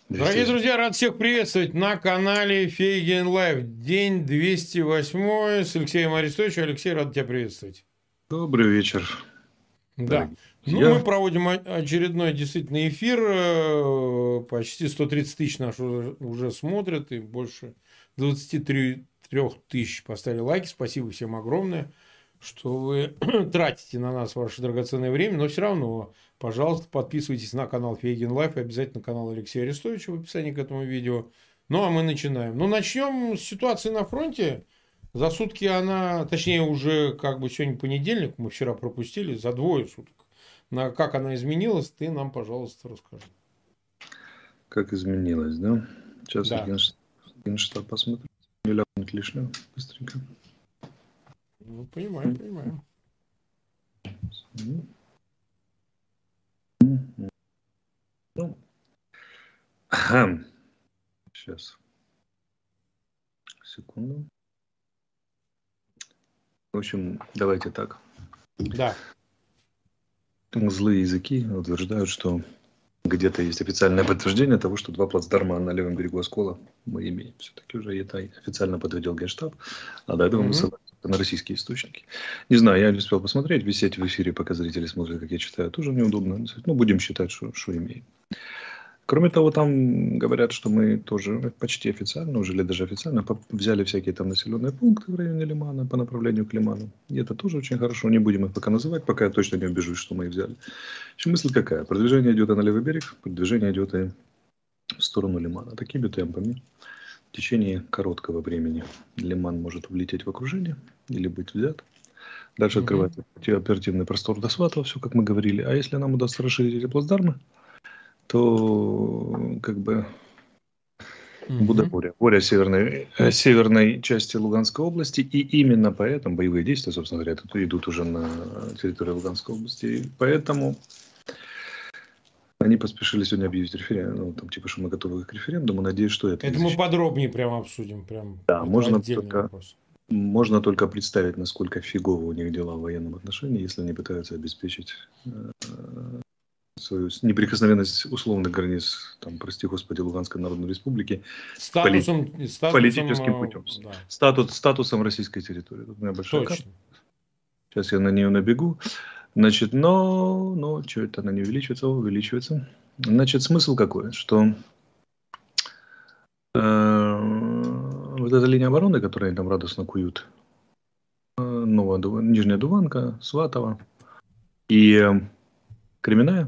Дорогие друзья, рад всех приветствовать на канале Фейгин Лайв. День 208 с Алексеем Арестовичем. Алексей, рад тебя приветствовать. Добрый вечер, Да. дорогие Ну, мы друзья. проводим очередной действительно эфир. Почти 130 тысяч нас уже смотрят, и больше 23 тысяч поставили лайки. Спасибо всем огромное, что вы тратите на нас ваше драгоценное время. Но все равно, пожалуйста, подписывайтесь на канал Фейгин Лайф и обязательно на канал Алексея Арестовича в описании к этому видео. Ну, а мы начинаем. Ну, начнем с ситуации на фронте. За сутки она, точнее, уже как бы сегодня понедельник, мы вчера пропустили, за двое суток. Как она изменилась, ты нам, пожалуйста, расскажи. Как изменилось, да? Сейчас я Да. Генштаб посмотрю. Не ляпнуть лишнего быстренько. Ну, понимаю, понимаю. Ну, сейчас. Секунду. В общем, давайте так. Да. Злые языки утверждают, что где-то есть официальное подтверждение того, что 2 плацдарма на левом берегу Оскола мы имеем. Все-таки уже это официально подтвердил Генштаб, а до этого мы ссылаемся на российские источники. Не знаю, я не успел посмотреть, висеть в эфире, пока зрители смотрят, как я читаю, тоже неудобно. Ну, будем считать, что имеем. Кроме того, там говорят, что мы тоже почти официально, уже или даже официально, взяли всякие там населенные пункты в районе Лимана, по направлению к Лиману. И это тоже очень хорошо. Не будем их пока называть, пока я точно не убежусь, что мы их взяли. В общем, мысль какая? Продвижение идет и на левый берег, продвижение идет и в сторону Лимана. Такими темпами в течение короткого времени Лиман может влететь в окружение или быть взят. Дальше открывается оперативный простор до Сватова, все как мы говорили. А если нам удастся расширить эти плацдармы, то как бы будет буря северной части Луганской области. И именно поэтому боевые действия, собственно говоря, идут уже на территории Луганской области. И поэтому они поспешили сегодня объявить референдум. Ну, там типа, что мы готовы к референдуму. Надеюсь, что это мы подробнее прямо обсудим. Да, Это отдельный вопрос. Можно только представить, насколько фигово у них дела в военном отношении, если они пытаются обеспечить свою неприкосновенность условных границ, там, прости господи, Луганской Народной Республики политическим путем. Да. Статусом российской территории. Тут у меня большая Точно. карта. Сейчас я на нее набегу. Значит, но что это она не увеличивается? Увеличивается. Значит, смысл какой? Что вот эта линия обороны, которую они там радостно куют, Нижняя Дуванка, Сватово и Кременная,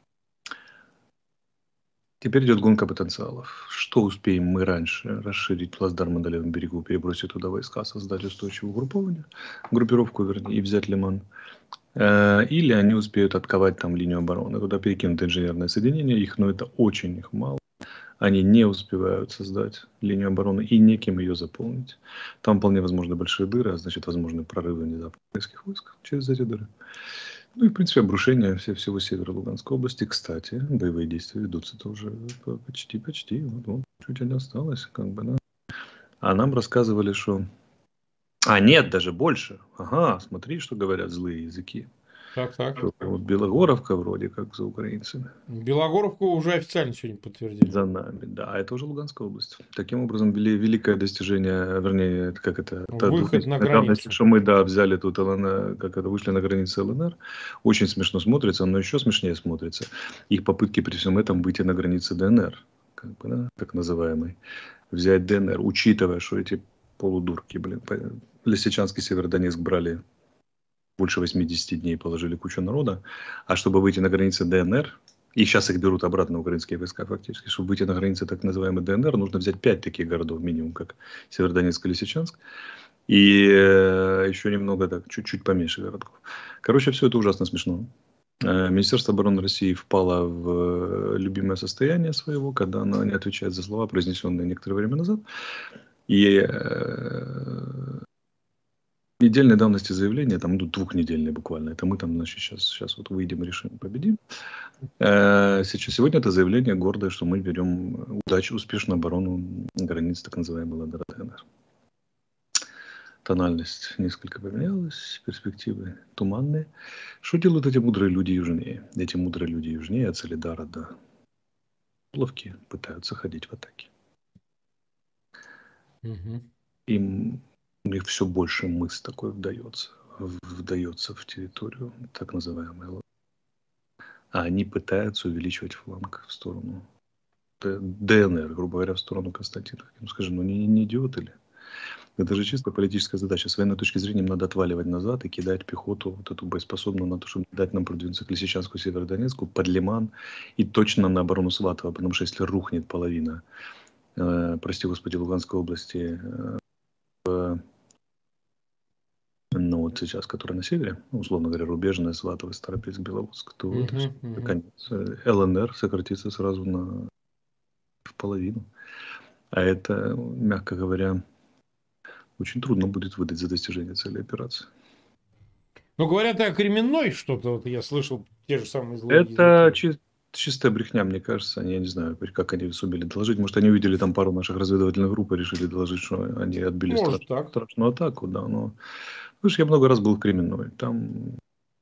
теперь идет гонка потенциалов. Что успеем мы раньше? Расширить плацдарм на левом берегу, перебросить туда войска, создать устойчивую группировку, вернее, и взять Лиман. Или они успеют отковать там линию обороны. Туда перекинут инженерное соединение, но это очень их мало. Они не успевают создать линию обороны и неким ее заполнить. Там вполне возможны большие дыры, а значит возможны прорывы внезапных войск через эти дыры. Ну и в принципе обрушение всего севера Луганской области. Кстати, боевые действия ведутся-то уже почти. Вот чуть не осталось, как бы, да. А нам рассказывали, что... нет, даже больше. Ага, смотри, что говорят злые языки. Так. Вот Белогоровка вроде как за украинцами. Белогоровку уже официально сегодня подтвердили. За нами, да. А это уже Луганская область. Таким образом, великое достижение, вернее, как это... Выход на границу. Что мы, да, взяли тут ЛНР, вышли на границе ЛНР. Очень смешно смотрится, но еще смешнее смотрится их попытки при всем этом выйти на границы ДНР. Как бы, да, так называемый. Взять ДНР, учитывая, что эти полудурки, Лисичанск и Северодонецк брали больше 80 дней, положили кучу народа. А чтобы выйти на границы ДНР, и сейчас их берут обратно украинские войска фактически, чтобы выйти на границы так называемой ДНР, нужно взять 5 таких городов минимум, как Северодонецк и Лисичанск. И еще немного, так, чуть-чуть поменьше городков. Короче, все это ужасно смешно. Министерство обороны России впало в любимое состояние своего, когда оно не отвечает за слова, произнесенные некоторое время назад. И недельной давности заявления, там идут двухнедельные буквально. Это мы там, значит, сейчас вот выйдем, решим, победим. Сегодня это заявление гордое, что мы берем успешную оборону границ так называемой ЛНР. Тональность несколько поменялась, перспективы туманные. Что делают эти мудрые люди южнее? Эти мудрые люди южнее от Солидара до ловкие, пытаются ходить в атаке. Угу. Им у них все больше мыс такой вдается в территорию, так называемую. А они пытаются увеличивать фланг в сторону ДНР, грубо говоря, в сторону Константиновки. Ну, скажи, ну не идиоты ли? Это же чисто политическая задача. С военной точки зрения им надо отваливать назад и кидать пехоту, вот эту боеспособную, на то, чтобы дать нам продвинуться к Лисичанску, Северодонецку, под Лиман и точно на оборону Сватова. Потому что если рухнет половина, прости господи, Луганской области, ну вот сейчас, которая на севере, ну, условно говоря, рубежная, Сватово, Старопольск, Беловодск, то это все, конец. ЛНР сократится сразу в половину. А это, мягко говоря, очень трудно будет выдать за достижение цели операции. Ну, говорят о Кременной что-то, вот я слышал те же самые злые Это языки. чистая брехня, мне кажется. Я не знаю, как они сумели доложить. Может, они увидели там пару наших разведывательных групп и решили доложить, что они отбили Может так. страшную атаку. Да, но... Слушай, я много раз был в Кременной. Там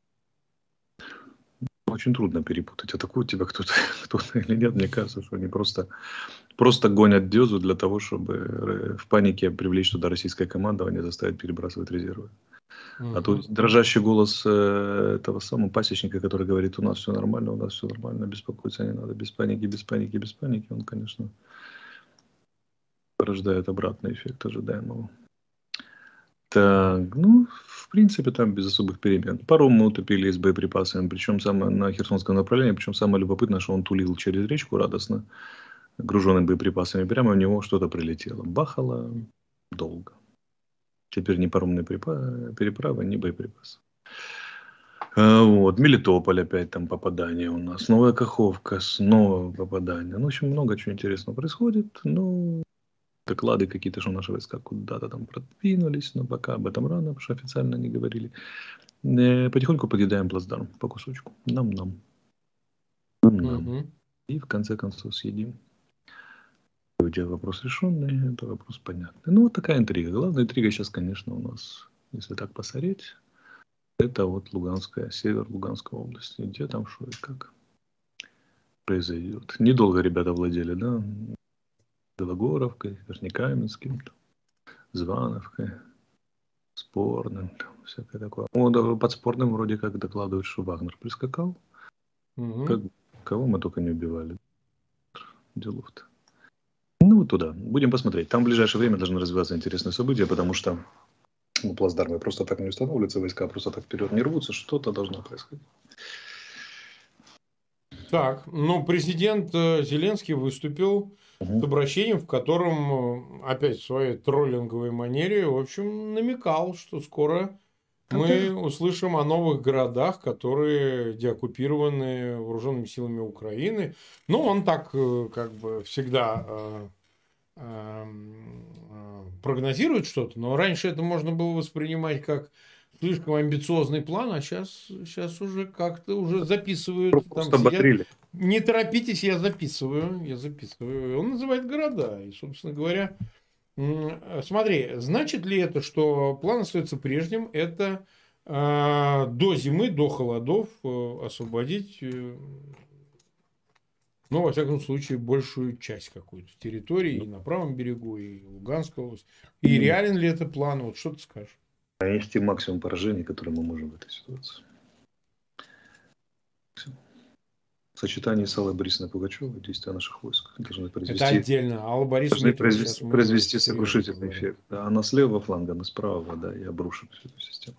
очень трудно перепутать, атакует тебя кто-то или нет. Мне кажется, что они просто гонят Дезу для того, чтобы в панике привлечь туда российское командование, заставить перебрасывать резервы. А тут дрожащий голос этого самого пасечника, который говорит, у нас все нормально, беспокоиться не надо, без паники, без паники, без паники, он, конечно, порождает обратный эффект ожидаемого. Так, ну, в принципе, там без особых перемен. Паром мы утопили с боеприпасами, причем на Херсонском направлении, причем самое любопытное, что он тулил через речку радостно, груженным боеприпасами, прямо в него что-то прилетело. Бахало долго. Теперь ни паромные переправы, ни боеприпасы. Вот, Мелитополь опять там попадание у нас. Новая Каховка, снова попадание. Ну, в общем, много чего интересного происходит. Ну, доклады какие-то, что наши войска куда-то там продвинулись, но пока об этом рано, потому что официально не говорили. Потихоньку покидаем плацдарм по кусочку. Нам. И в конце концов съедим. У тебя вопрос решенный, это вопрос понятный. Ну, вот такая интрига. Главная интрига сейчас, конечно, у нас, если так посмотреть, это вот север Луганской области. Где там что и как произойдет. Недолго ребята владели, да? Белогоровкой, Верхнекаменским, Звановкой, Спорным, там, всякое такое. Под Спорным вроде как докладывают, что Вагнер прискакал. Кого мы только не убивали. Делов-то. Ну, вот туда. Будем посмотреть. Там в ближайшее время должны развиваться интересные события, потому что плацдармы просто так не устанавливаются, войска просто так вперед не рвутся, что-то должно происходить. Так, ну, президент Зеленский выступил с обращением, в котором, опять в своей троллинговой манере, в общем, намекал, что скоро мы услышим о новых городах, которые деоккупированы вооруженными силами Украины. Ну, он так, как бы, всегда прогнозирует что-то, но раньше это можно было воспринимать как слишком амбициозный план, а сейчас уже как-то уже записывают. Там сидят. Не торопитесь, я записываю. Он называет города. И, собственно говоря, смотри, значит ли это, что план остается прежним? Это до зимы, до холодов освободить, ну, во всяком случае, большую часть какой-то территории и на правом берегу, и Луганская область. И реален ли это план? Вот что ты скажешь? Нанести максимум поражений, которые мы можем в этой ситуации. В сочетании с Аллой Борисовной Пугачевой действия наших войск должны произвести... Это отдельно. Алла Борисовна должны произвести сокрушительный эффект. Да, она с левого фланга, мы справа, да, и обрушим всю эту систему.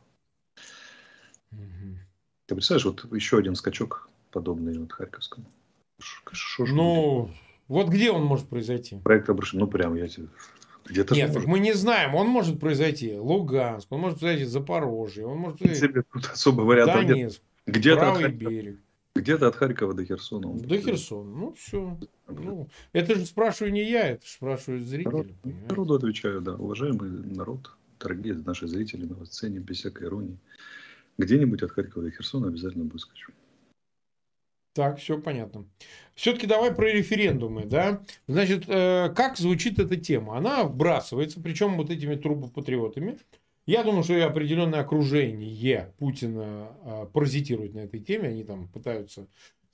Ты представляешь, вот еще один скачок, подобный вот Харьковскому. Ну, вот где он может произойти? Проект обрушен, ну прям я тебе... Где-то нет, так мы не знаем. Он может произойти Луганск, он может произойти Запорожье, он может произойти тут особо вариантов Донецк, правый берег. Где-то от Харькова до Херсона. До Херсона. Ну, все. Ну, это же спрашиваю не я, это спрашивают зрители. Народу отвечаю, да. Уважаемый народ, дорогие наши зрители, мы вас ценим без всякой иронии. Где-нибудь от Харькова до Херсона обязательно будет скачу. Так, все понятно. Все-таки давай про референдумы, да? Значит, как звучит эта тема? Она вбрасывается, причем вот этими трубопатриотами. Я думаю, что и определенное окружение Путина паразитирует на этой теме. Они там пытаются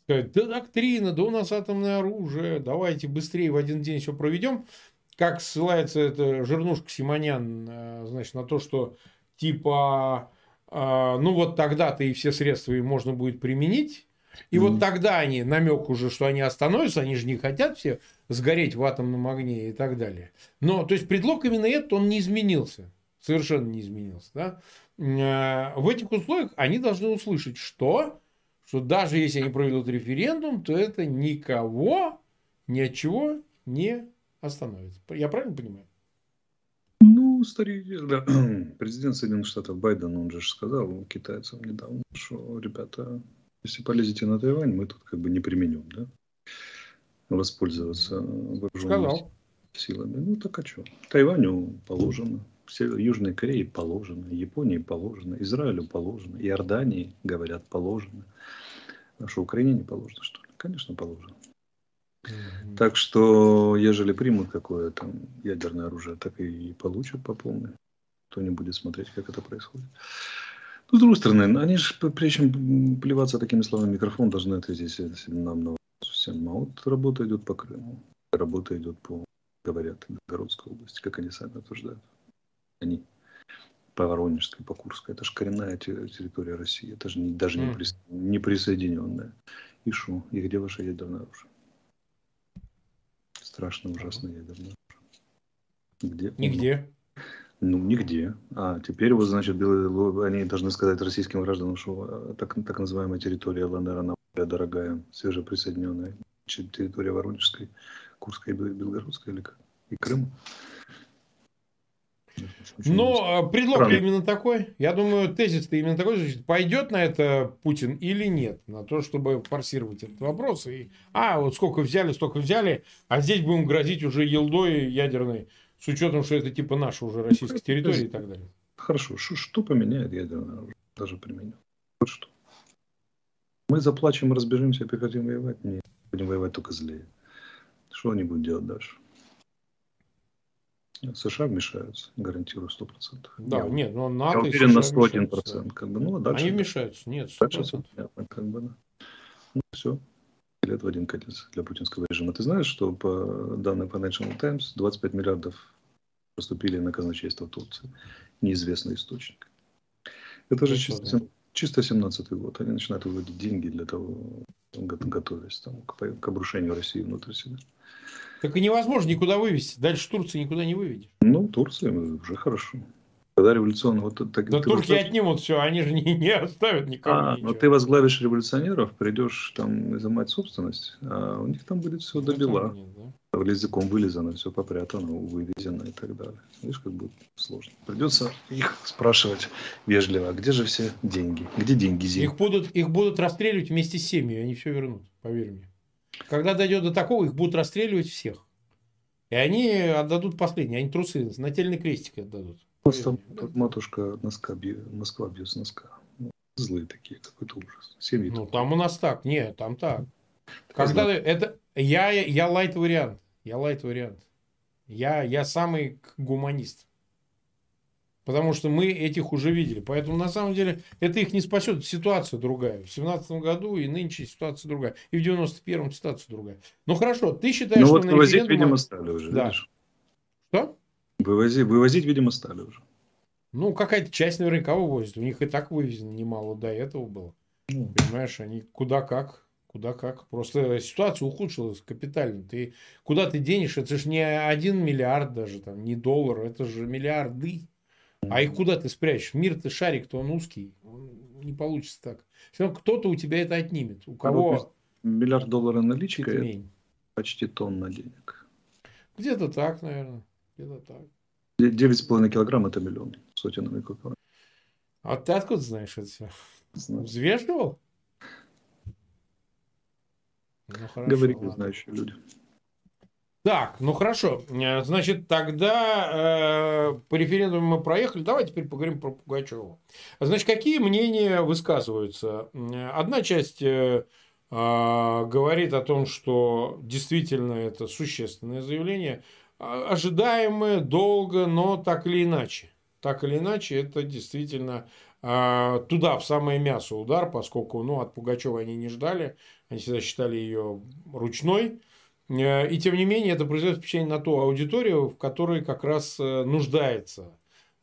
Сказать, да доктрина, да у нас атомное оружие, давайте быстрее в один день все проведем. Как ссылается эта жирнушка Симонян, значит, на то, что типа, ну вот тогда-то и все средства им можно будет применить. И вот тогда они, намек уже, что они остановятся, они же не хотят все сгореть в атомном огне и так далее. Но, то есть, предлог именно этот, он не изменился. Совершенно не изменился. Да? В этих условиях они должны услышать, что даже если они проведут референдум, то это никого ни от чего не остановит. Я правильно понимаю? Ну, старик, да. Президент Соединенных Штатов Байден, он же сказал китайцам недавно, что, ребята, если полезете на Тайвань, мы тут как бы не применем, да? Воспользоваться вооруженными силами. Ну, так а что? Тайваню положено. Южной Корее положено. Японии положено. Израилю положено. Иордании, говорят, положено. А что, Украине не положено, что ли? Конечно, положено. Так что, ежели примут какое-то ядерное оружие, так и получат по полной. Кто не будет смотреть, как это происходит. Но, с другой стороны, они же, прежде чем плеваться такими словами в микрофон, должны ответить нам всем. А вот работа идет по Крыму. Работа идет по, говорят, Белгородской области, как они сами утверждают. Они по Воронежской, по Курской. Это же коренная территория России. Это же даже не присоединенная. И что? И где ваше ядерное оружие? Страшно, ужасно ядерное оружие. Где? Нигде. Ну, нигде. А теперь вот, значит, они должны сказать российским гражданам, что так называемая территория ЛНР, она более дорогая, свежеприсоединенная, чем территория Воронежской, Курской, Белгородской или как? И Крым. Но предлог именно такой. Я думаю, тезис-то именно такой. Значит, пойдет на это Путин или нет? На то, чтобы форсировать этот вопрос. И, вот сколько взяли, столько взяли. А здесь будем грозить уже елдой ядерной. С учетом, что это типа наша уже российская территория и так далее. Хорошо. Что поменяет ядерное оружие? Даже применил. Вот что. Мы заплачем, разбежимся, прекратим воевать? Нет. Будем воевать только злее. Что они будут делать дальше? США вмешаются, гарантирую 100%. Да, нет, но НАТО я уверен на 101%. Как бы, ну, а дальше, они вмешаются, нет, 100%. Дальше понятно, как бы, да. Ну, все. Лет в один конец для путинского режима. Ты знаешь, что по данным Financial Times 25 миллиардов поступили на казначейство Турции. Неизвестный источник. Это же чисто 17-й год. Они начинают выводить деньги для того, готовясь к обрушению России внутри себя. Так и невозможно никуда вывести. Дальше Турции никуда не выведешь. Ну, Турция уже хорошо. Когда революционно... Да турки отнимут все, они же не оставят никому ничего. Но ты возглавишь революционеров, придешь там изымать собственность, а у них там будет все до бела. Языком вылизано, все попрятано, вывезено и так далее. Видишь, как будет сложно. Придется их спрашивать вежливо, где же все деньги? Где деньги, Зин? Их будут расстреливать вместе с семьей, они все вернут, поверь мне. Когда дойдет до такого, их будут расстреливать всех. И они отдадут последние. Они трусы, нательный крестик отдадут. Матушка Москва бьет с носка. Злые такие, какой-то ужас. Семьи. Ну, там у нас так. Нет, там так. Когда это... Я лайт-вариант. Я самый гуманист. Потому что мы этих уже видели. Поэтому, на самом деле, это их не спасет. Ситуация другая. В 17 году и нынче ситуация другая. И в 91-м ситуация другая. Ну, хорошо. Ты считаешь, что вот на вывозить, видимо, стали уже. Да. Видишь? Что? Вывозить, видимо, стали уже. Ну, какая-то часть наверняка вывозит. У них и так вывезено немало до этого было. Понимаешь, они куда как. Просто ситуация ухудшилась капитально. Куда ты денешь? Это же не 1 миллиард даже, там, не доллар. Это же миллиарды. А их куда ты спрячешь? Мир-то шарик-то он узкий. Не получится так. Все равно кто-то у тебя это отнимет. У кого... Миллиард долларов наличка, это почти тонна денег. Где-то так, наверное. Где-то так. 9,5 килограмм это миллион. Сотенными купюрами. А ты откуда знаешь это все? Взвешивал? Ну, хорошо, говорили знающие люди. Так, ну хорошо. Значит, тогда по референдуму мы проехали. Давай теперь поговорим про Пугачева. Значит, какие мнения высказываются? Одна часть говорит о том, что действительно это существенное заявление, ожидаемое, долго, но так или иначе. так или иначе, это действительно туда, в самое мясо удар, поскольку от Пугачевой они не ждали, они всегда считали ее ручной. И тем не менее, это производит впечатление на ту аудиторию, в которой как раз нуждается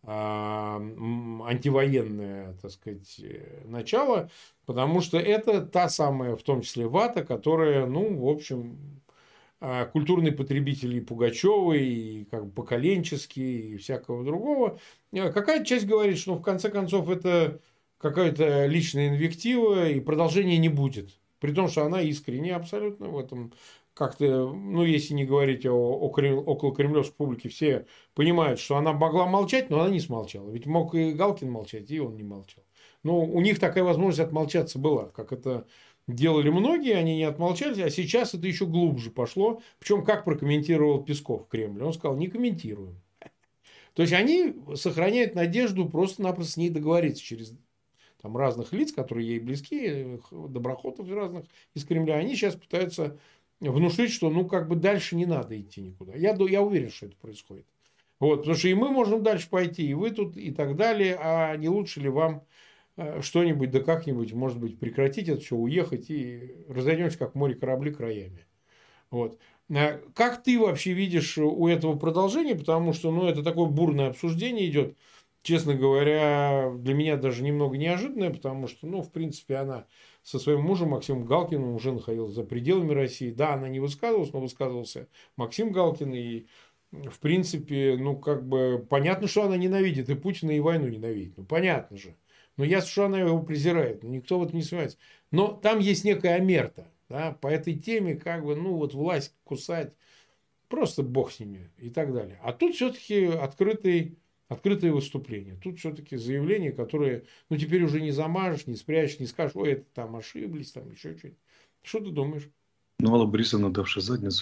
антивоенное, так сказать, начало, потому что это та самая, в том числе, вата, которая, в общем, культурные потребители и Пугачевой, и как бы поколенческие, и всякого другого. Какая-то часть говорит, что в конце концов это какая-то личная инвектива, и продолжения не будет. При том, что она искренне абсолютно в этом. Как-то, если не говорить около кремлевской публике, все понимают, что она могла молчать, но она не смолчала. Ведь мог и Галкин молчать, и он не молчал. Но у них такая возможность отмолчаться была, как это делали многие, они не отмолчались, а сейчас это еще глубже пошло. Причем, как прокомментировал Песков в Кремле, он сказал, не комментируем. То есть, они сохраняют надежду просто-напросто с ней договориться через разных лиц, которые ей близки, доброхотов разных из Кремля. Они сейчас пытаются внушить, что дальше не надо идти никуда. Я уверен, что это происходит. Потому что и мы можем дальше пойти, и вы тут, и так далее. А не лучше ли вам что-нибудь, да как-нибудь, может быть, прекратить это все, уехать и разойдемся, как в море корабли, краями. Как ты вообще видишь у этого продолжения? Потому что, это такое бурное обсуждение идет. Честно говоря, для меня даже немного неожиданное, потому что, в принципе, она со своим мужем Максимом Галкиным уже находилась за пределами России. Да, она не высказывалась, но высказывался Максим Галкин. И, в принципе, понятно, что она ненавидит и Путина, и войну ненавидит. Понятно же. Но ясно, что она его презирает. Никто в этом не сомневается. Но там есть некая омерта. Да, по этой теме, власть кусать, просто бог с ними и так далее. А тут все-таки открытое выступление. Тут все-таки заявление, которое, теперь уже не замажешь, не спрячешь, не скажешь, ой, это там ошиблись, там еще что-нибудь. Что ты думаешь? Алла Борисовна, давшая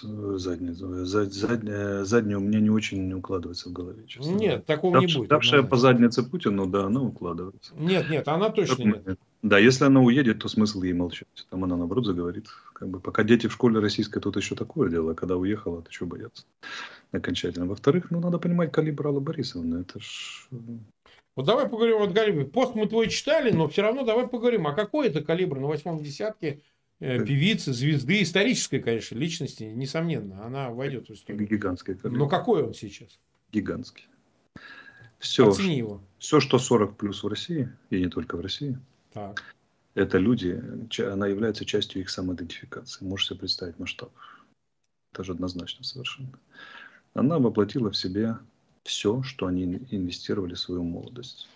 заднюю, у меня не очень укладывается в голове, честно говоря. Нет, такого не будет. Давшая по заднице Путину, да, она укладывается. Нет, она точно нет. Да, если она уедет, то смысл ей молчать. Там она, наоборот, заговорит. Пока дети в школе российской, тут еще такое дело. Когда уехала, то чего бояться окончательно. Во-вторых, надо понимать калибр Аллы Борисовны. Это ж... Давай поговорим о калибре. Пост мы твой читали, но все равно давай поговорим. А какой это калибр на 8-м десятке? Певицы, звезды, исторической, конечно, личности, несомненно, она войдет в историю. Гигантский калибр. Но какой он сейчас? Гигантский. Все, оцени его. Все, что 40 плюс в России, и не только в России, Так. это люди, она является частью их самоидентификации. Можешь себе представить масштаб. Это же однозначно совершенно. Она воплотила в себе все, что они инвестировали в свою молодость.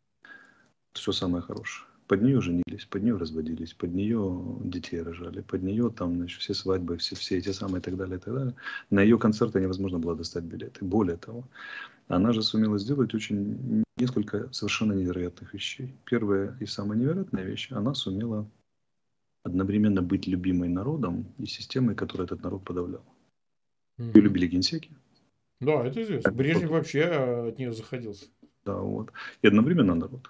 Все самое хорошее. Под нее женились, под нее разводились, под нее детей рожали, под нее все свадьбы, все эти самые и так далее, и так далее. На ее концерты невозможно было достать билеты. Более того, она же сумела сделать несколько совершенно невероятных вещей. Первая и самая невероятная вещь, она сумела одновременно быть любимой народом и системой, которую этот народ подавлял. Ее любили генсеки. Да, это известно. Брежнев вообще от нее заходился. Да, И одновременно народ.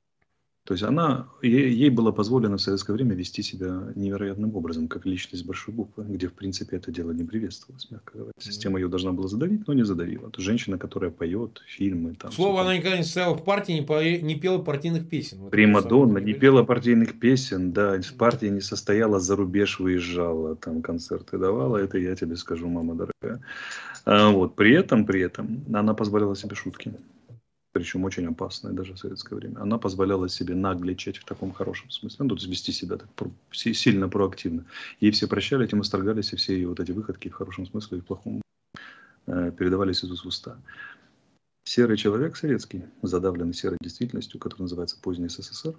То есть ей было позволено в советское время вести себя невероятным образом, как личность большой буквы, где, в принципе, это дело не приветствовалось, мягко говоря. Система ее должна была задавить, но не задавила. Это женщина, которая поет фильмы. Слово, она никогда не стояла в партии, не пела партийных песен. Примадонна, не пела партийных песен, да, в партии не состояла, за рубеж выезжала, там концерты давала, это я тебе скажу, мама дорогая. При этом она позволяла себе шутки. Причем очень опасная даже в советское время. Она позволяла себе нагличать в таком хорошем смысле. То есть вести себя так сильно проактивно. Ей все прощали, этим восторгались, и все ее эти выходки в хорошем смысле и в плохом передавались из уст в уста. Серый человек советский, задавленный серой действительностью, которая называется поздний СССР,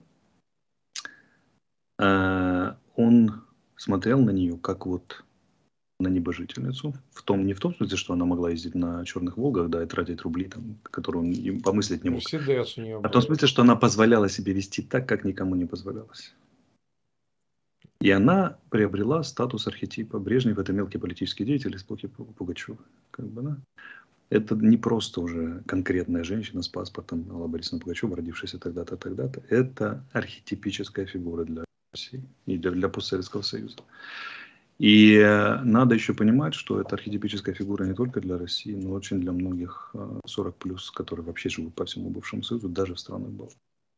он смотрел на нее как на небожительницу. Не в том смысле, что она могла ездить на черных «Волгах», да, и тратить рубли, которые он и помыслить не мог. А в том смысле, что она позволяла себе вести так, как никому не позволялось. И она приобрела статус архетипа. Брежнев – это мелкий политический деятель из эпохи Пугачева. Да? Это не просто уже конкретная женщина с паспортом Алла Борисовна Пугачева, родившаяся тогда-то, тогда-то. Это архетипическая фигура для России и для постсоветского союза. И надо еще понимать, что это архетипическая фигура не только для России, но очень для многих 40 плюс, которые вообще живут по всему бывшему Союзу, даже в странах Балтии.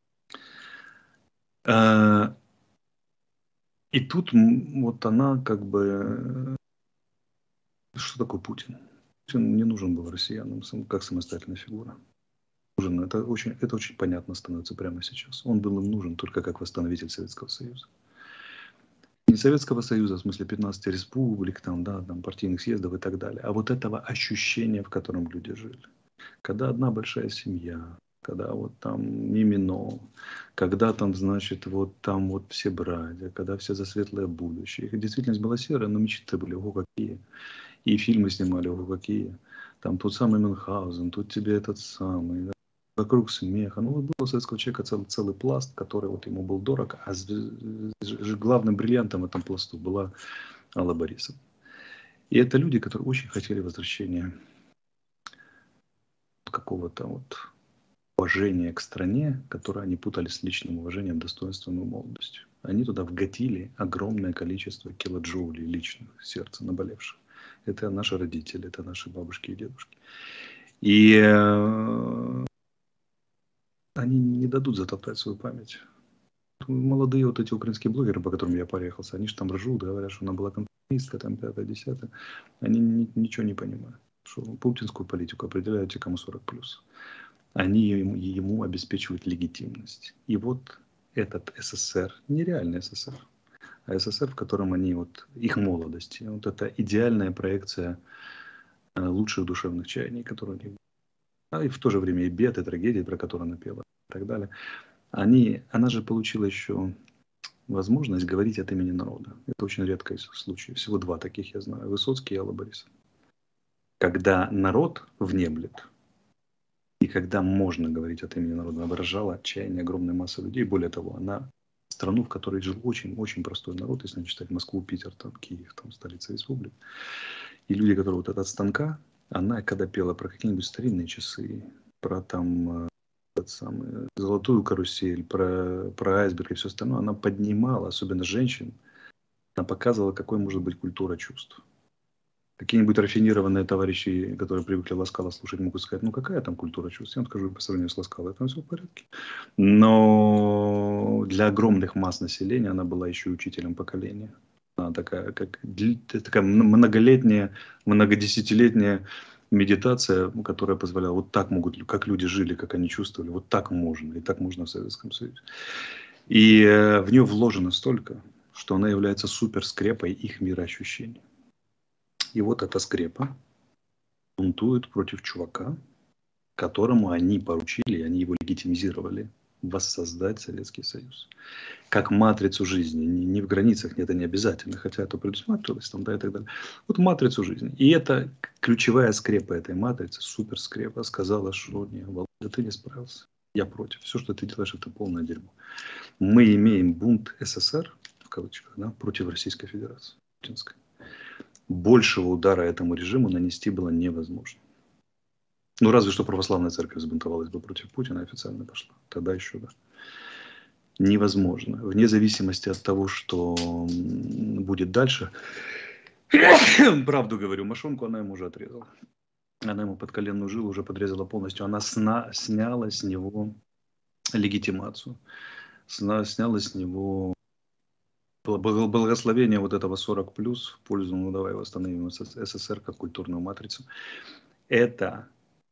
И тут вот она как бы... Что такое Путин? Путин не нужен был россиянам как самостоятельная фигура. Это очень понятно становится прямо сейчас. Он был им нужен только как восстановитель Советского Союза. Не Советского Союза, в смысле 15 республик, там, да, там, партийных съездов и так далее, а вот этого ощущения, в котором люди жили. Когда одна большая семья, когда вот там мимино, когда там, значит, вот там вот все братья, когда все за светлое будущее. Их действительность была серая, но мечты были, ого, какие. И фильмы снимали, ого, какие. Там тот самый Мюнхгаузен, тут тебе этот самый, да, вокруг смеха. Ну, вот был у советского человека целый пласт, который вот ему был дорог, а главным бриллиантом в этом пласту была Алла Борисовна. И это люди, которые очень хотели возвращения какого-то вот уважения к стране, которое они путали с личным уважением, достоинством и молодостью. Они туда вгатили огромное количество килоджоулей личных, сердца наболевших. Это наши родители, это наши бабушки и дедушки. И они не дадут затоптать свою память. Молодые вот эти украинские блогеры, по которым я поехался, они же там ржут, говорят, что она была конформистка, там пятое, десятое. Они ничего не понимают. Что путинскую политику определяют те, кому 40 плюс. Они ему обеспечивают легитимность. И вот этот СССР, нереальный СССР, а СССР, в котором они, вот их молодости, вот это идеальная проекция лучших душевных чаяний, которые у них были. А и в то же время и бед, и трагедии, про которые она пела, и так далее. Она же получила еще возможность говорить от имени народа. Это очень редкий случай. Всего два таких я знаю. Высоцкий и Алла Борисовна. Когда народ внемлет, и когда можно говорить от имени народа, она выражала отчаяние огромной массы людей. Более того, она страну, в которой жил очень-очень простой народ, если не считать Москву, Питер, там, Киев, там, столица республик. И люди, которые вот от станка, она, когда пела про какие-нибудь старинные часы, про там самый, золотую карусель, про айсберг и все остальное, она поднимала, особенно женщин, она показывала, какой может быть культура чувств. Какие-нибудь рафинированные товарищи, которые привыкли Ласкала слушать, могут сказать, ну какая там культура чувств? Я вам скажу, по сравнению с Ласкалой, там все в порядке. Но для огромных масс населения она была еще учителем поколения. Она такая, такая многолетняя, многодесятилетняя медитация, которая позволяла, вот так могут, как люди жили, как они чувствовали, вот так можно, и так можно в Советском Союзе. И в нее вложено столько, что она является суперскрепой их мироощущений. И вот эта скрепа бунтует против чувака, которому они поручили, они его легитимизировали воссоздать Советский Союз. Как матрицу жизни. Не в границах, это не обязательно, хотя это предусматривалось там, да, и так далее. Вот матрицу жизни. И это ключевая скрепа этой матрицы, суперскрепа, сказала, что не, Володя, ты не справился. Я против. Все, что ты делаешь, это полное дерьмо. Мы имеем бунт СССР, в кавычках, да, против Российской Федерации. Путинской. Большего удара этому режиму нанести было невозможно. Ну, разве что православная церковь взбунтовалась бы против Путина, официально пошла. Тогда еще, да. Невозможно. Вне зависимости от того, что будет дальше. Правду говорю, мошонку она ему уже отрезала. Она ему подколенную жилу уже подрезала полностью. Она сняла с него легитимацию. Сняла с него благословение вот этого 40 плюс в пользу, ну давай восстановим СССР как культурную матрицу. Это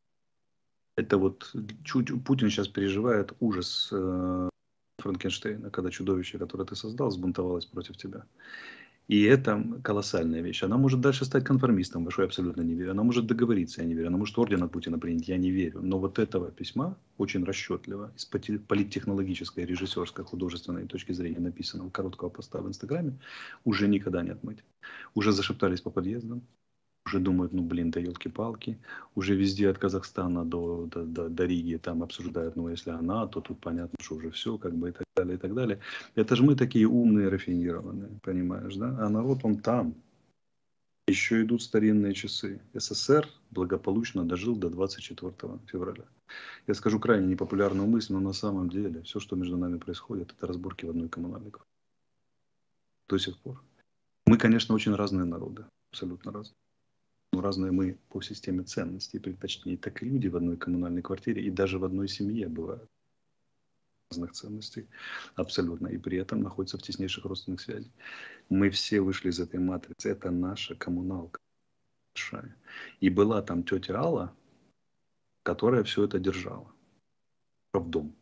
вот Путин сейчас переживает ужас Франкенштейна, когда чудовище, которое ты создал, сбунтовалось против тебя. И это колоссальная вещь. Она может дальше стать конформистом, во что я абсолютно не верю. Она может договориться, я не верю. Она может орден от Путина принять, я не верю. Но вот этого письма очень расчетливо, с политтехнологической, режиссерской, художественной точки зрения написанного короткого поста в Инстаграме, уже никогда не отмыть. Уже зашептались по подъездам. Уже думают, ну блин, да елки-палки. Уже везде от Казахстана до Риги там обсуждают, ну если она, то тут понятно, что уже все, как бы и так далее, и так далее. Это же мы такие умные, рафинированные, понимаешь, да? А народ он там. Еще идут старинные часы. СССР благополучно дожил до 24 февраля. Я скажу крайне непопулярную мысль, но на самом деле все, что между нами происходит, это разборки в одной коммунальной квартире. До сих пор. Мы, конечно, очень разные народы, абсолютно разные. Но разные мы по системе ценностей и предпочтений, так и люди в одной коммунальной квартире и даже в одной семье бывают разных ценностей абсолютно, и при этом находятся в теснейших родственных связях. Мы все вышли из этой матрицы, это наша коммуналка большая. И была там тетя Алла, которая все это держала в дом.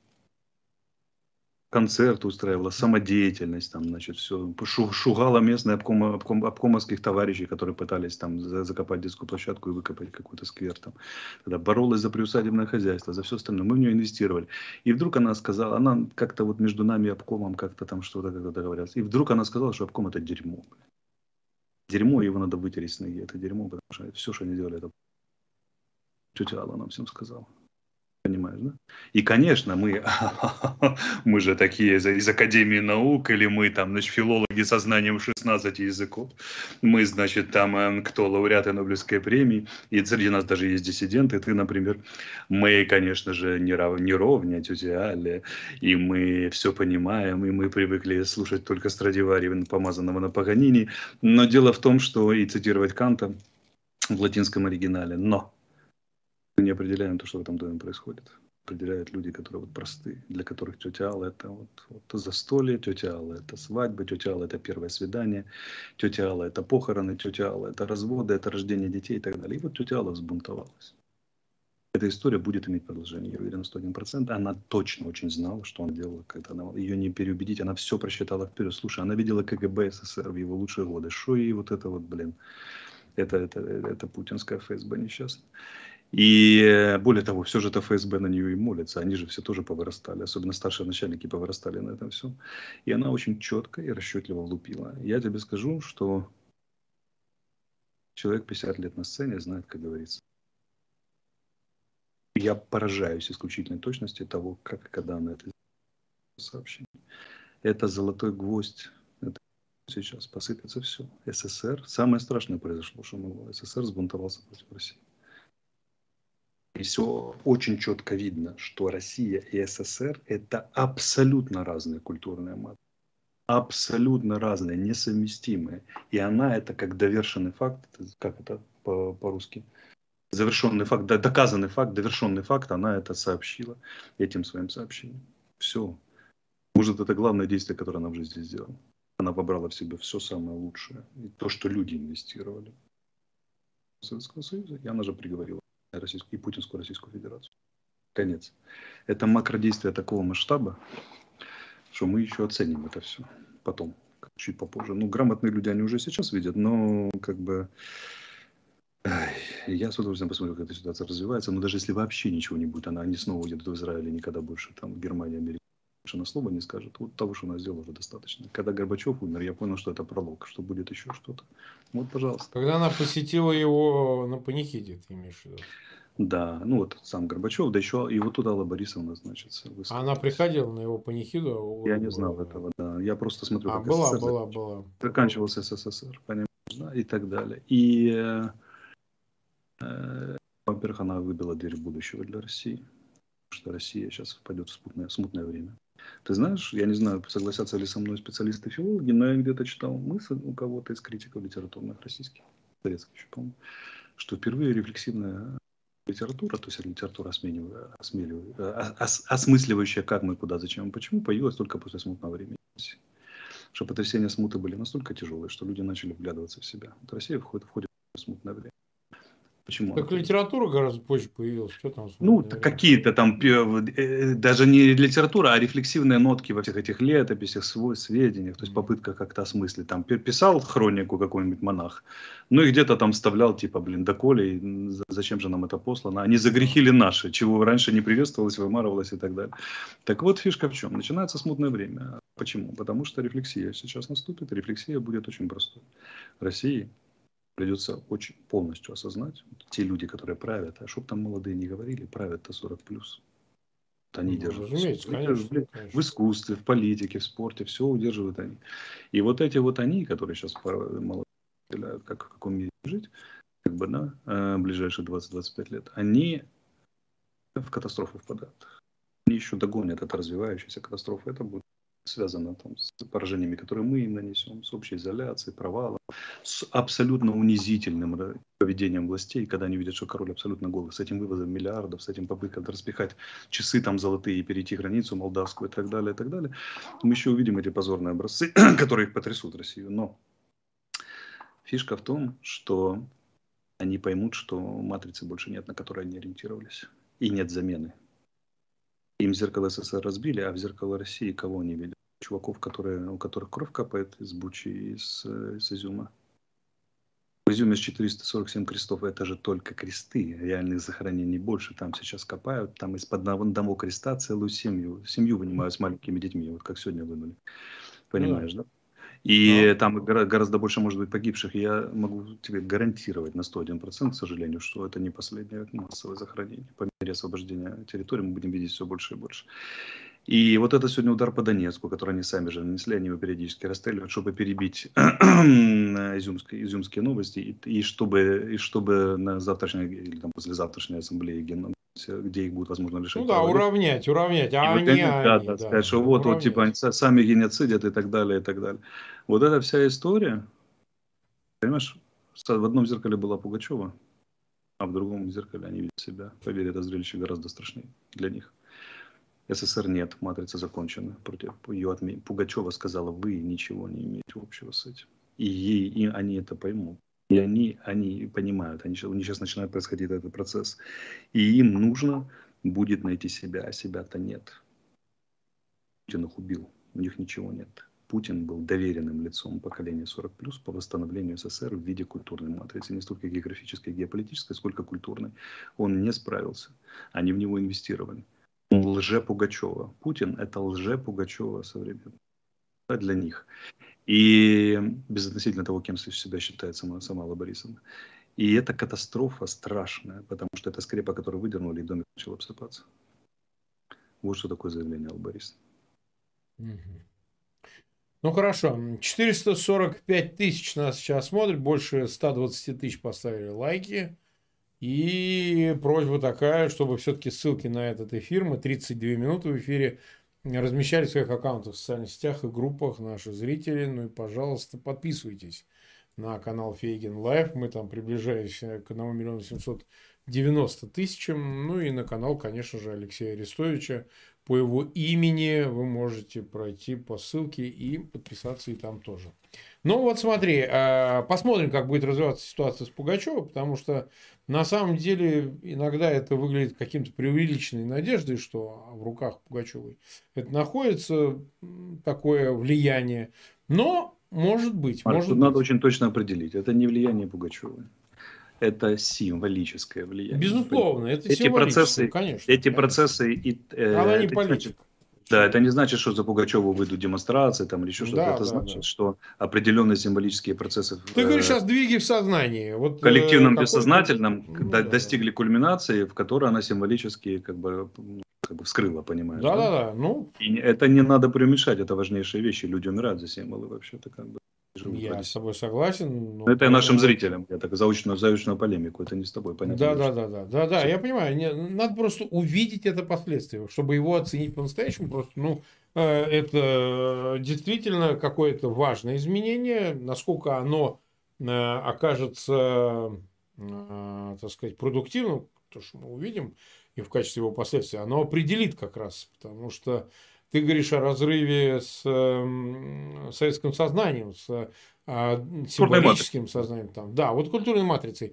Концерт устраивала, самодеятельность, там, значит, все. Шугала местные обкомовских товарищей, которые пытались там закопать детскую площадку и выкопать какой-то сквер там. Тогда боролась за приусадебное хозяйство, за все остальное. Мы в нее инвестировали. И вдруг она сказала, она как-то вот между нами и обкомом как-то там что-то как-то договорилась. И вдруг она сказала, что обком это дерьмо. Дерьмо, его надо вытереть с ноги. Это дерьмо, потому что все, что они делали, это тетя Алла нам всем сказала. Понимаешь, да? И, конечно, мы же такие из Академии наук, или мы там, значит, филологи со знанием 16 языков. Мы, значит, там кто лауреаты Нобелевской премии, и среди нас даже есть диссиденты. Ты, например, мы, конечно же, не ровня тетя Аля, и мы все понимаем, и мы привыкли слушать только Страдивари, помазанного на Паганини. Но дело в том, что и цитировать Канта в латинском оригинале, но мы не определяем то, что в этом доме происходит. Определяют люди, которые вот простые, для которых тетя Алла это вот застолье, тетя Алла это свадьба, тетя Алла это первое свидание, тетя Алла это похороны, тетя Алла это разводы, это рождение детей и так далее. И вот тетя Алла взбунтовалась. Эта история будет иметь продолжение, я уверен, 101%. Она точно очень знала, что она делала, когда она, ее не переубедить, она все просчитала вперед. Слушай, она видела КГБ СССР в его лучшие годы. Что ей вот это вот, блин, это путинская ФСБ несчастная. И более того, все же это ФСБ на нее и молится. Они же все тоже повырастали. Особенно старшие начальники повырастали на этом всем. И она очень четко и расчетливо влупила. Я тебе скажу, что человек 50 лет на сцене знает, как говорится. Я поражаюсь исключительной точности того, как и когда она это сообщение. Это золотой гвоздь. Это сейчас посыпется все. СССР. Самое страшное произошло, что могло. СССР сбунтовался против России. И все очень четко видно, что Россия и СССР это абсолютно разные культурные матрицы. Абсолютно разные, несовместимые. И она это как довершенный факт, как это по-русски, завершенный факт, доказанный факт, довершенный факт, она это сообщила этим своим сообщением. Все. Может, это главное действие, которое она в жизни сделала. Она вобрала в себя все самое лучшее. И то, что люди инвестировали в Советского Союза. И она же приговорила и Путинскую Российскую Федерацию. Конец. Это макродействие такого масштаба, что мы еще оценим это все потом, чуть попозже. Ну, грамотные люди, они уже сейчас видят, но как бы я с удовольствием посмотрю, как эта ситуация развивается. Но даже если вообще ничего не будет, она не снова уедет в Израиль и никогда больше там в Германии, Америке на слово не скажет. Вот того, что она сделала, уже достаточно. Когда Горбачев умер, я понял, что это пролог, что будет еще что-то. Вот, пожалуйста. Когда она посетила его на панихиде, ты имеешь в виду? Да, ну вот сам Горбачев, да еще и вот туда Алла Борисовна, значит, А она высказалась. приходила на его панихиду, Я не грубо знал говоря. этого, да. Я просто смотрю, как Была, СССР была, была. заканчивался СССР, понимаешь, да, и так далее. И, во-первых, она выбила дверь будущего для России, потому что Россия сейчас впадет в смутное время. Ты знаешь, я не знаю, согласятся ли со мной специалисты-филологи, но я где-то читал мысль у кого-то из критиков литературных российских, советских еще, по-моему, что впервые рефлексивная литература, то есть литература осмысливающая, как мы, куда, зачем и почему, появилась только после смутного времени. Что потрясения смуты были настолько тяжелые, что люди начали вглядываться в себя. Вот Россия входит в смутное время. Почему она Так появилась? литература гораздо позже появилась. Что там Ну, смутное время? какие-то там, даже не литература, а рефлексивные нотки во всех этих летописях, сведениях, то есть попытка как-то осмыслить. Там писал хронику какой-нибудь монах, ну и где-то там вставлял, типа, блин, доколе, зачем же нам это послано? Они за грехи ли наши, чего раньше не приветствовалось, вымарывалось и так далее. Так вот, фишка в чем? Начинается смутное время. Почему? Потому что рефлексия сейчас наступит, рефлексия будет очень простой. России придется очень полностью осознать, вот те люди, которые правят, а чтоб там молодые не говорили, правят-то 40 плюс. Вот они Ну, держат все. разумеется, конечно, В конечно. искусстве, в политике, в спорте, все удерживают они. И вот эти вот они, которые сейчас молодые, как в каком мире жить, как бы, да, ближайшие 20-25 лет, они в катастрофу впадают. Они еще догонят это развивающуюся катастрофу. Это будет связано там с поражениями, которые мы им нанесем, с общей изоляцией, провалом, с абсолютно унизительным поведением властей, когда они видят, что король абсолютно голый, с этим вывозом миллиардов, с этим попыткой распихать часы там золотые и перейти границу молдавскую и так далее, и так далее. Мы еще увидим эти позорные образцы, которые потрясут Россию. Но фишка в том, что они поймут, что матрицы больше нет, на которой они ориентировались. И нет замены. Им зеркало СССР разбили, а в зеркало России кого они видят? Чуваков, у которых кровь капает из Бучи и из Изюма. В Изюме с 447 крестов, это же только кресты, реальных захоронений больше. Там сейчас копают, там из-под одного креста целую семью вынимают с маленькими детьми, вот как сегодня вынули. Понимаешь, да? И там гораздо больше может быть погибших. Я могу тебе гарантировать на 101%, к сожалению, что это не последнее массовое захоронение. По мере освобождения территории мы будем видеть все больше и больше. И вот это сегодня удар по Донецку, который они сами же нанесли, они его периодически расстреливают, чтобы перебить изюмские новости, и чтобы на завтрашней или там послезавтрашней ассамблее где их будет возможно лишать. Ну да, уравнять. А вот они, сказать, что вот типа они сами геноцидят и так далее, и так далее. Вот эта вся история, понимаешь, в одном зеркале была Пугачева, а в другом зеркале они видят себя. Поверь, это зрелище гораздо страшнее для них. СССР нет, матрица закончена. Против ее Пугачева сказала, вы ничего не имеете общего с этим. И они это поймут. И они понимают, у них сейчас начинает происходить этот процесс. И им нужно будет найти себя, а себя-то нет. Путин их убил, у них ничего нет. Путин был доверенным лицом поколения 40+, по восстановлению СССР в виде культурной матрицы. Не столько географической, геополитической, сколько культурной. Он не справился. Они в него инвестировали. Он лже-Пугачева. Путин – это лже-Пугачева современная. Для них. И безотносительно того, кем себя считает сама Алла Борисовна. И это катастрофа страшная, потому что это скрепа, которую выдернули, и домик начал обсыпаться. Вот что такое заявление Аллы Борисовны. Ну хорошо, 445 тысяч нас сейчас смотрит, больше 120 тысяч поставили лайки. И просьба такая, чтобы все-таки ссылки на этот эфир, мы 32 минуты в эфире, размещали в своих аккаунтах в социальных сетях и группах наши зрители. Ну и, пожалуйста, подписывайтесь на канал Фейгин Лайв. Мы там приближаемся к 1 миллиону 790 тысячам. Ну и на канал, конечно же, Алексея Арестовича. По его имени вы можете пройти по ссылке и подписаться и там тоже. Ну вот смотри, посмотрим, как будет развиваться ситуация с Пугачевым, потому что на самом деле иногда это выглядит каким-то преувеличенной надеждой, что в руках Пугачевой это находится такое влияние. Но может быть. Тут надо очень точно определить. Это не влияние Пугачевой. Это символическое влияние. Безусловно, это символическое, конечно. Эти процессы... Она не политика. Да, это не значит, что за Пугачеву выйдут демонстрации там, или еще что-то. Это значит, что определенные символические процессы... Ты говоришь сейчас сдвиги в сознании. Вот, в коллективном бессознательном достигли кульминации, в которой она символически как бы вскрыла, понимаешь? Да. И это не надо преуменьшать, это важнейшие вещи. Люди умирают за символы вообще-то как бы. Я с тобой согласен. Это я нашим зрителям, я так заочную полемику, это не с тобой, понятно? Да, я понимаю. Надо просто увидеть это последствие, чтобы его оценить по-настоящему. Просто, это действительно какое-то важное изменение, насколько оно окажется, так сказать, продуктивным, то, что мы увидим, и в качестве его последствий, оно определит как раз, потому что ты говоришь о разрыве с советским сознанием, с символическим сознанием. Там. Да, вот культурной матрицей.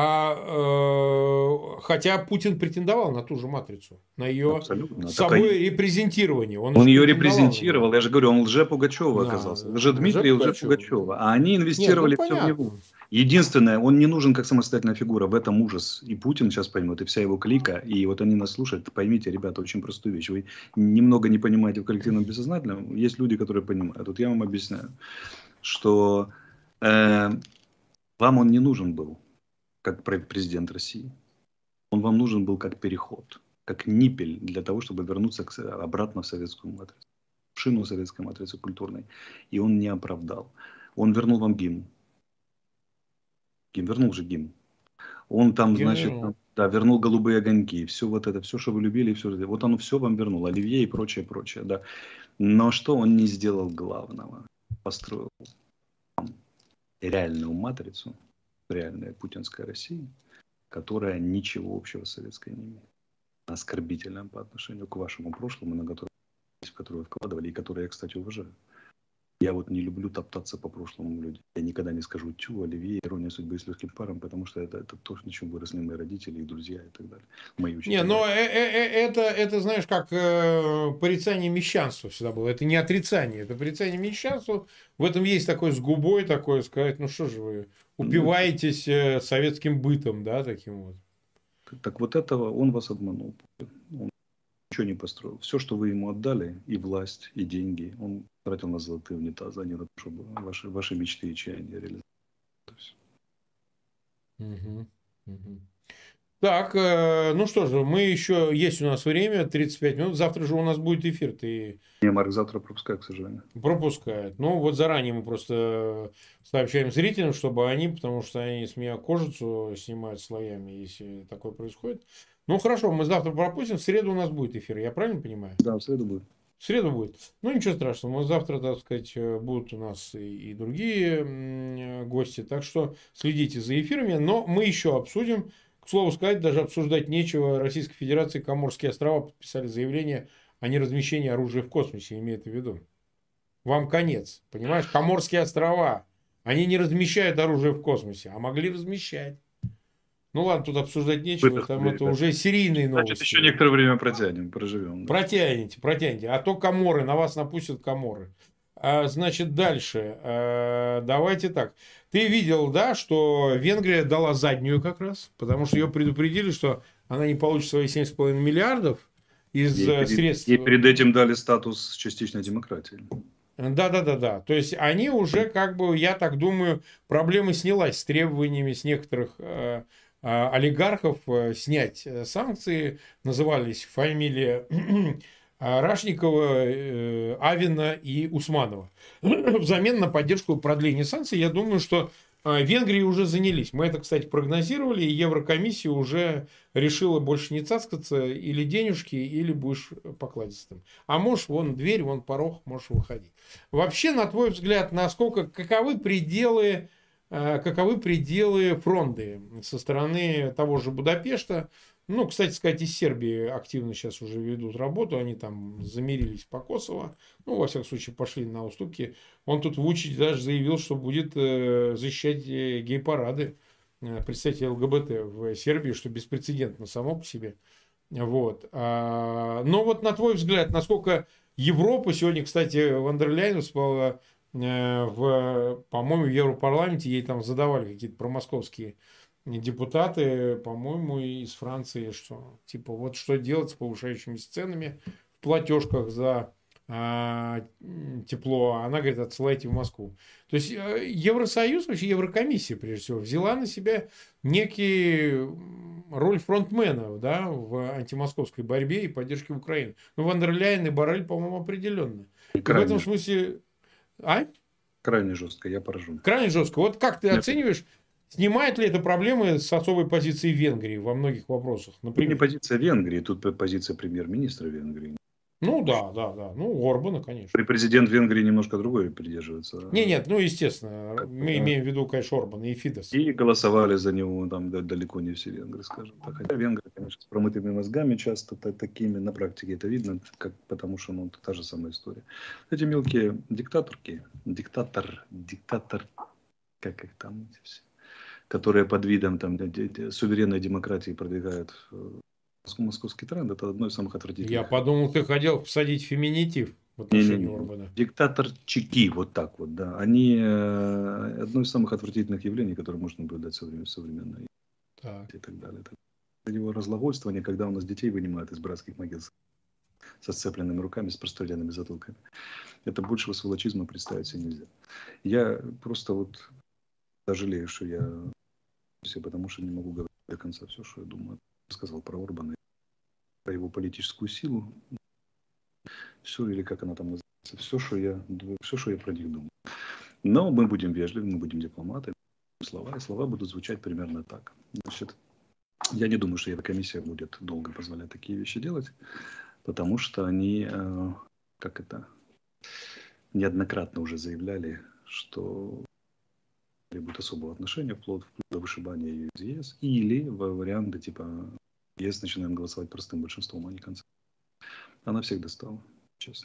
Хотя Путин претендовал на ту же матрицу, на ее собой репрезентирование. Он ее репрезентировал, я же говорю, он лже-Пугачева оказался. Лже-Дмитрий и лже-Пугачева. А они инвестировали все в него. Единственное, он не нужен как самостоятельная фигура, в этом ужас. И Путин сейчас поймет, и вся его клика. И вот они нас слушают. Поймите, ребята, очень простую вещь. Вы немного не понимаете в коллективном бессознательном. Есть люди, которые понимают. Вот я вам объясняю, что вам он не нужен был как президент России. Он вам нужен был как переход, как ниппель для того, чтобы вернуться обратно в советскую матрицу. В шину советской матрицы культурной. И он не оправдал. Он вернул вам гимн. Вернул же гимн. Он там, вернул голубые огоньки. Все вот это, все, что вы любили, все, вот оно все вам вернуло. Оливье и прочее. Да. Но что он не сделал главного? Построил реальную матрицу, реальная путинская Россия, которая ничего общего с советской не имеет. Оскорбительная по отношению к вашему прошлому, в которое вы вкладывали, и которое я, кстати, уважаю. Я вот не люблю топтаться по прошлому людям. Я никогда не скажу тю, Оливье, ирония судьбы с легким паром, потому что это то, на чем выросли мои родители и друзья и так далее. Мои Не, учителя. но это, знаешь, как порицание мещанства всегда было. Это не отрицание, это порицание мещанства. В этом есть такой с губой такое сказать, ну что же вы Ну, упиваетесь советским бытом, да, таким вот. так вот этого он вас обманул. Он ничего не построил. Все, что вы ему отдали, и власть, и деньги, он тратил на золотые унитазы, а не на то, чтобы ваши мечты и чаяния реализовать. Мгм. Мгм. Так, ну что же, мы еще, есть у нас время, 35 минут. Завтра же у нас будет эфир, ты Не, Марк завтра пропускаю, к сожалению. пропускает. Ну, вот заранее мы просто сообщаем зрителям, чтобы они, потому что они с меня кожицу снимают слоями, если такое происходит. Ну, хорошо, мы завтра пропустим, в среду у нас будет эфир, я правильно понимаю? Да, в среду будет. В среду будет. Ну, ничего страшного, мы завтра, так сказать, будут у нас и другие гости, так что следите за эфирами, но мы еще обсудим. К слову сказать, даже обсуждать нечего. Российской Федерации Коморские острова подписали заявление о неразмещении оружия в космосе, имея это в виду. Вам конец. Понимаешь, Коморские острова. Они не размещают оружие в космосе, а могли размещать. Ну ладно, тут обсуждать нечего, там Выдохнули, это ребята. уже серийные Значит, еще новости. некоторое время протянем, проживем. Да. Протяните, протяните. А то коморы, на вас напустят коморы. Значит, дальше. Давайте так. Ты видел, да, что Венгрия дала заднюю как раз, потому что ее предупредили, что она не получит свои 7,5 миллиардов из средств. Ей перед этим дали статус частичной демократии. Да, да, да, да. То есть они уже, как бы, я так думаю, проблема снялась с требованиями с некоторых олигархов снять санкции. Назывались фамилии Рашникова, Авина и Усманова. Взамен на поддержку продления санкций, я думаю, что Венгрии уже занялись. Мы это, кстати, прогнозировали, и Еврокомиссия уже решила больше не цаскаться, или денежки, или будешь покладистым. А можешь, вон дверь, вон порог, можешь выходить. Вообще, на твой взгляд, каковы пределы фронты со стороны того же Будапешта? Ну, кстати сказать, из Сербии активно сейчас уже ведут работу, они там замирились по Косово, ну, во всяком случае, пошли на уступки. Он тут, Вучич, даже заявил, что будет защищать гей-парады представителей ЛГБТ в Сербии, что беспрецедентно само по себе. Вот. Но вот на твой взгляд, насколько Европа сегодня, кстати, Ван дер Ляйен выступала по-моему, в Европарламенте, ей там задавали какие-то промосковские депутаты, по-моему, из Франции, что типа вот что делать с повышающимися ценами в платежках за тепло, она говорит, отсылайте в Москву. То есть Евросоюз, вообще Еврокомиссия, прежде всего, взяла на себя некий роль фронтменов, да, в антимосковской борьбе и поддержке Украины. Ну, Ван дер Ляйен и Боррель, по-моему, определенно. И в этом смысле... Крайне жестко, я поражен. Крайне жестко. Вот как ты оцениваешь, снимает ли это проблемы с особой позиции Венгрии во многих вопросах? Тут Например? не позиция Венгрии, тут позиция премьер-министра Венгрии. Ну да, да, да. Ну, Орбана, конечно. Президент Венгрии немножко другой придерживается. Нет, ну, естественно. Мы имеем в виду, конечно, Орбана и Фидес. И голосовали за него там далеко не все венгры, скажем так. Хотя венгры, конечно, с промытыми мозгами часто такими, на практике это видно, потому что ну, та же самая история. Эти мелкие диктатор, как их там, все, которые под видом там, суверенной демократии продвигают московский тренд, это одно из самых отвратительных. Я подумал, ты хотел посадить феминитив в отношении Орбана. Диктаторчики, вот так вот, да. Они одно из самых отвратительных явлений, которые можно наблюдать в современной и так далее. Его разглагольствование, когда у нас детей вынимают из братских могил со сцепленными руками, с простреленными затылками. Это большего сволочизма представить себе нельзя. Я просто вот жалею, что я потому что не могу говорить до конца все, что я думаю. Я сказал про Орбана, про его политическую силу. Все, или как она там называется, все, что я про них думаю. Но мы будем вежливы, мы будем дипломаты. И слова будут звучать примерно так. Значит, я не думаю, что Еврокомиссия будет долго позволять такие вещи делать, потому что они, неоднократно уже заявляли, что требует особого отношения, вплоть до вышибания ее из ЕС, или варианты типа ЕС начинаем голосовать простым большинством, а не концом. Она всех достала, честно.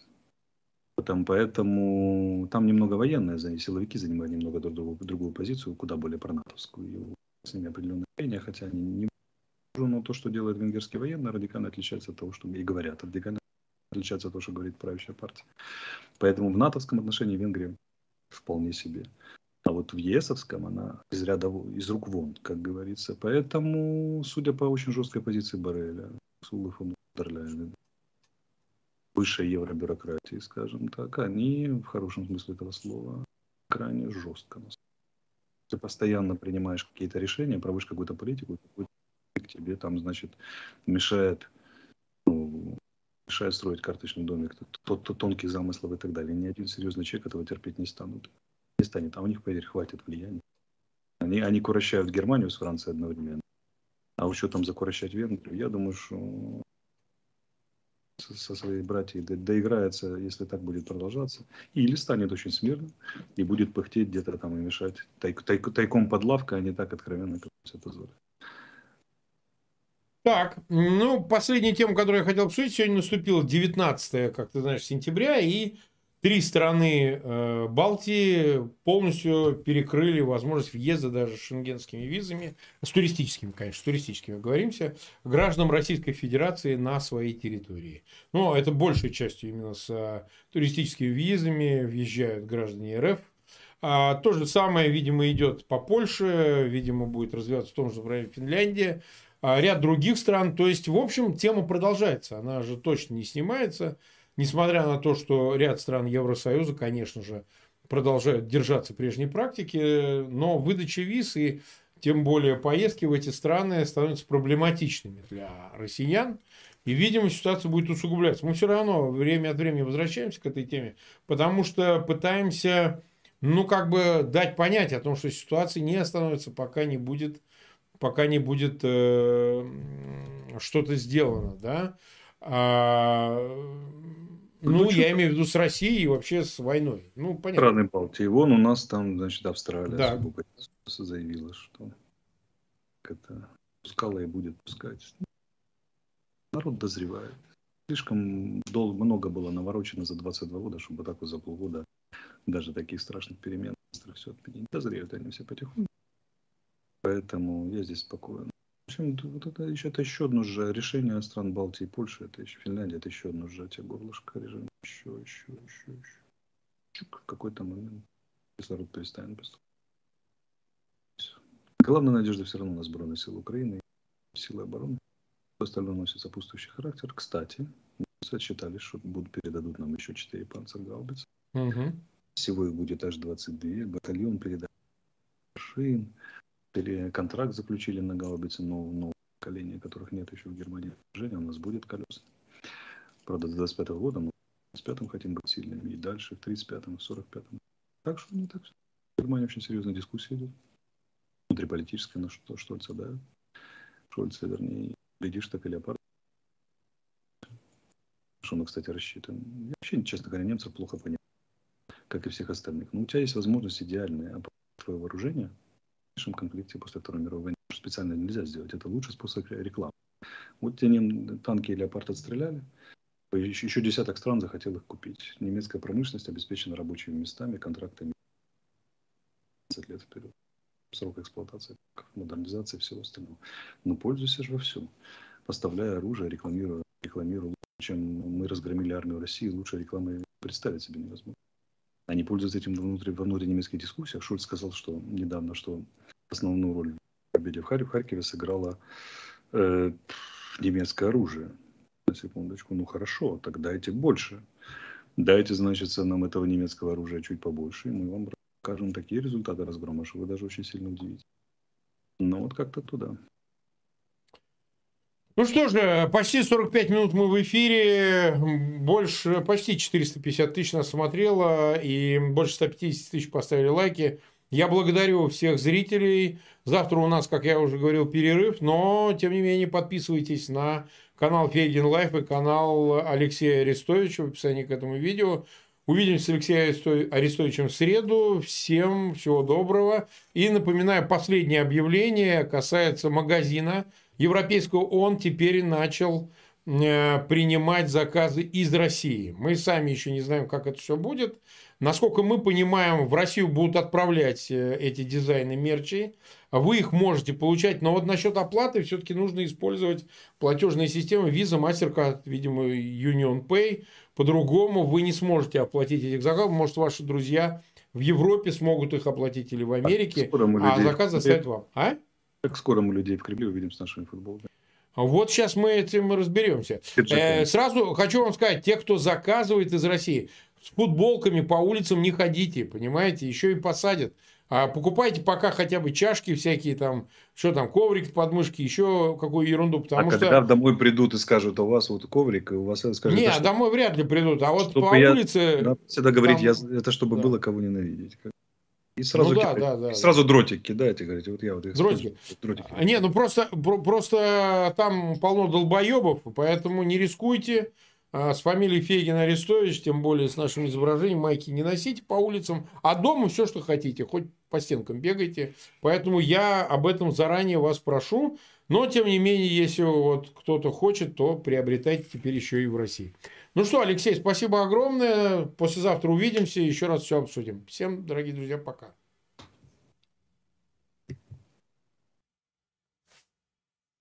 Поэтому там немного военная, силовики занимают немного другую позицию, куда более пронатовскую. И с ними определенные прения, хотя они не но то, что делает венгерский военный, радикально отличается от того, что и говорят, радикально отличается от того, что говорит правящая партия. Поэтому в натовском отношении Венгрия вполне себе. А вот в ЕСовском она из рук вон, как говорится. Поэтому, судя по очень жесткой позиции Борреля, высшей евробюрократии, скажем так, они, в хорошем смысле этого слова, крайне жестко. Ты постоянно принимаешь какие-то решения, проводишь какую-то политику, к тебе там, значит, мешает строить карточный домик, тонких замыслов и так далее. Ни один серьезный человек этого терпеть не станет. А у них, поверь, хватит влияния. Они курощают Германию с Францией одновременно. А вот что там закурощать Венгрию, я думаю, что со своей братьей доиграется, если так будет продолжаться. Или станет очень смирно и будет пыхтеть где-то там и мешать. Тайком под лавкой, а не так откровенно, как все позволит. Так, ну, последняя тема, которую я хотел обсудить, сегодня наступило 19, как ты знаешь, сентября, и 3 страны Балтии полностью перекрыли возможность въезда даже с шенгенскими визами, с туристическими, конечно, с туристическими говоримся, гражданам Российской Федерации на своей территории. Но это большей частью именно с туристическими визами въезжают граждане РФ. То же самое, видимо, идет по Польше, видимо, будет развиваться в том же направлении Финляндия. Ряд других стран. То есть, в общем, тема продолжается. Она же точно не снимается. Несмотря на то, что ряд стран Евросоюза, конечно же, продолжают держаться прежней практики, но выдача виз и тем более поездки в эти страны становятся проблематичными для россиян. И, видимо, ситуация будет усугубляться. Мы все равно время от времени возвращаемся к этой теме, потому что пытаемся, дать понять о том, что ситуация не остановится, пока не будет что-то сделано, да. Я имею в виду с Россией и вообще с войной. Понятно. Страны Балтии. Вон у нас там, значит, Австралия да. заявила, что это пускала и будет пускать. Народ дозревает. Слишком много было наворочено за 22 года, чтобы так вот за полгода даже таких страшных перемен все отменить. Дозреют они все потихоньку. Поэтому я здесь спокоен. В общем, это еще одно же решение стран Балтии и Польши, это еще Финляндия, это еще одно сжатие горлышка режима. Еще. В какой-то момент кислород перестанет поступать. Главная надежда все равно на сбройные силы Украины и силы обороны. Все остальное носит сопутствующий характер. Кстати, мы считали, что передадут нам еще 4 панцергаубицы. Угу. Всего их будет аж 22. Батальон передает машин. Контракт заключили на гаубицы нового поколения, которых нет еще в Германии. У нас будет колеса. Правда, до 25 года мы в 25-м хотим быть сильными. И дальше в 35-м, в 45-м. Так что не так. В Германии очень серьезная дискуссия идет. Внутриполитическая, на что Шольца давит. Шольца, вернее, глядишь, так и Леопард. Что мы, кстати, рассчитываем. Я вообще, честно говоря, немцев плохо понимаю. Как и всех остальных. Но у тебя есть возможность идеальная. А твое вооружение в нашем конфликте после Второй мировой войны специально нельзя сделать. Это лучший способ рекламы. Вот те танки и Леопард отстреляли. Еще десяток стран захотел их купить. Немецкая промышленность обеспечена рабочими местами, контрактами 20 лет вперед. Срок эксплуатации, модернизации и всего остального. Но пользуйся же во всем. Поставляя оружие, рекламируя лучше, чем мы разгромили армию России, лучшей рекламы представить себе невозможно. Они пользуются этим во внутреннемецких дискуссиях. Шульц сказал, что недавно, что основную роль в победе в Харькове сыграло немецкое оружие. На секундочку. Хорошо, тогда дайте больше. Дайте, значит, нам этого немецкого оружия чуть побольше, и мы вам покажем такие результаты разгрома, что вы даже очень сильно удивитесь. Вот как-то туда. Ну что же, почти 45 минут мы в эфире, почти 450 тысяч нас смотрело, и больше 150 тысяч поставили лайки. Я благодарю всех зрителей. Завтра у нас, как я уже говорил, перерыв, но, тем не менее, подписывайтесь на канал Фейгин Лайф и канал Алексея Арестовича в описании к этому видео. Увидимся с Алексеем Арестовичем в среду. Всем всего доброго. И напоминаю, последнее объявление касается магазина европейского. Он теперь начал принимать заказы из России. Мы сами еще не знаем, как это все будет. Насколько мы понимаем, в Россию будут отправлять эти дизайны мерчей. Вы их можете получать. Но вот насчет оплаты все-таки нужно использовать платежные системы Visa, MasterCard, видимо, Union Pay. По-другому вы не сможете оплатить этих заказов. Может, ваши друзья в Европе смогут их оплатить или в Америке, а заказ доставят вам. А? Как скоро мы людей в Кремле увидим с нашими футболками? Вот сейчас мы этим разберемся. Сразу хочу вам сказать, те, кто заказывает из России, с футболками по улицам не ходите, понимаете, еще и посадят. А покупайте пока хотя бы чашки всякие, там, что там, коврик, подмышки, еще какую ерунду. Потому что... когда домой придут и скажут, а у вас вот коврик, и у вас скажут... Не, домой вряд ли придут, а вот по улице... Надо всегда говорить, это чтобы было кого ненавидеть. И сразу, сразу дротик кидаете, говорите, вот я вот их дротики. Не, ну просто там полно долбоебов, поэтому не рискуйте. С фамилией Фейгин Арестович, тем более с нашим изображением, майки не носите по улицам, а дома все, что хотите, хоть по стенкам бегайте. Поэтому я об этом заранее вас прошу. Но, тем не менее, если вот кто-то хочет, то приобретайте теперь еще и в России. Ну что, Алексей, спасибо огромное. Послезавтра увидимся, еще раз все обсудим. Всем, дорогие друзья, пока.